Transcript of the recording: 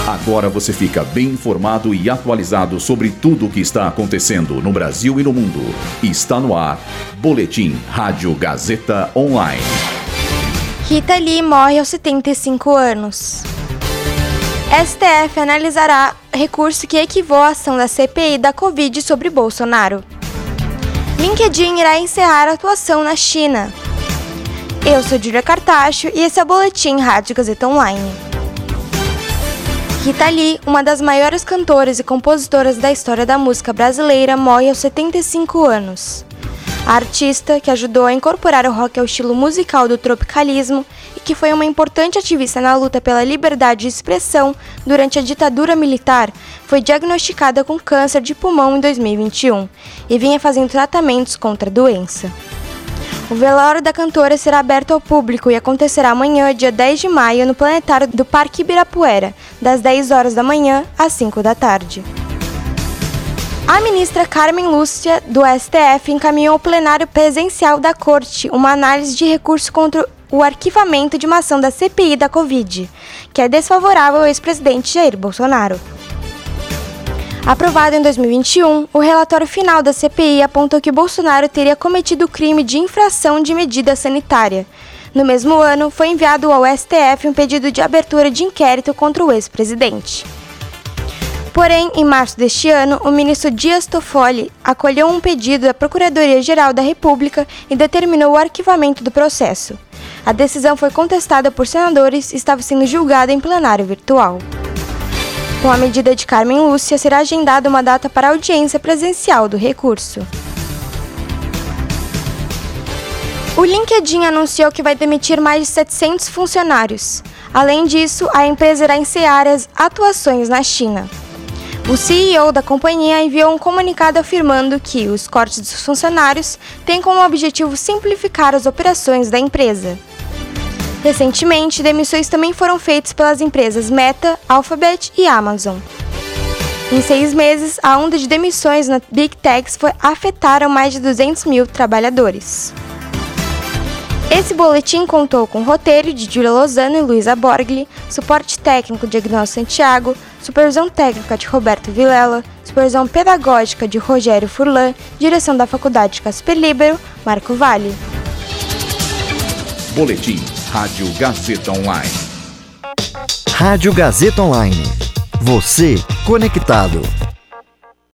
Agora você fica bem informado e atualizado sobre tudo o que está acontecendo no Brasil e no mundo. Está no ar, Boletim Rádio Gazeta Online. Rita Lee morre aos 75 anos. STF analisará recurso que equivoa a ação da CPI da Covid sobre Bolsonaro. LinkedIn irá encerrar a atuação na China. Eu sou Júlia Cartacho e esse é o Boletim Rádio Gazeta Online. Rita Lee, uma das maiores cantoras e compositoras da história da música brasileira, morre aos 75 anos. A artista, que ajudou a incorporar o rock ao estilo musical do tropicalismo e que foi uma importante ativista na luta pela liberdade de expressão durante a ditadura militar, foi diagnosticada com câncer de pulmão em 2021 e vinha fazendo tratamentos contra a doença. O velório da cantora será aberto ao público e acontecerá amanhã, dia 10 de maio, no planetário do Parque Ibirapuera, das 10 horas da manhã às 5 da tarde. A ministra Carmen Lúcia, do STF, encaminhou ao plenário presencial da Corte uma análise de recurso contra o arquivamento de uma ação da CPI da Covid, que é desfavorável ao ex-presidente Jair Bolsonaro. Aprovado em 2021, o relatório final da CPI apontou que Bolsonaro teria cometido o crime de infração de medida sanitária. No mesmo ano, foi enviado ao STF um pedido de abertura de inquérito contra o ex-presidente. Porém, em março deste ano, o ministro Dias Toffoli acolheu um pedido da Procuradoria-Geral da República e determinou o arquivamento do processo. A decisão foi contestada por senadores e estava sendo julgada em plenário virtual. Com a medida de Carmen Lúcia, será agendada uma data para a audiência presencial do recurso. O LinkedIn anunciou que vai demitir mais de 700 funcionários. Além disso, a empresa irá encerrar as atuações na China. O CEO da companhia enviou um comunicado afirmando que os cortes dos funcionários têm como objetivo simplificar as operações da empresa. Recentemente, demissões também foram feitas pelas empresas Meta, Alphabet e Amazon. Em 6 meses, a onda de demissões na Big Techs afetaram mais de 200 mil trabalhadores. Esse boletim contou com roteiro de Júlia Lozano e Luísa Borgli, suporte técnico de Agnaldo Santiago, supervisão técnica de Roberto Vilela, supervisão pedagógica de Rogério Furlan, direção da Faculdade Casper Libero, Marco Vale. Boletim Rádio Gazeta Online. Rádio Gazeta Online. Você conectado.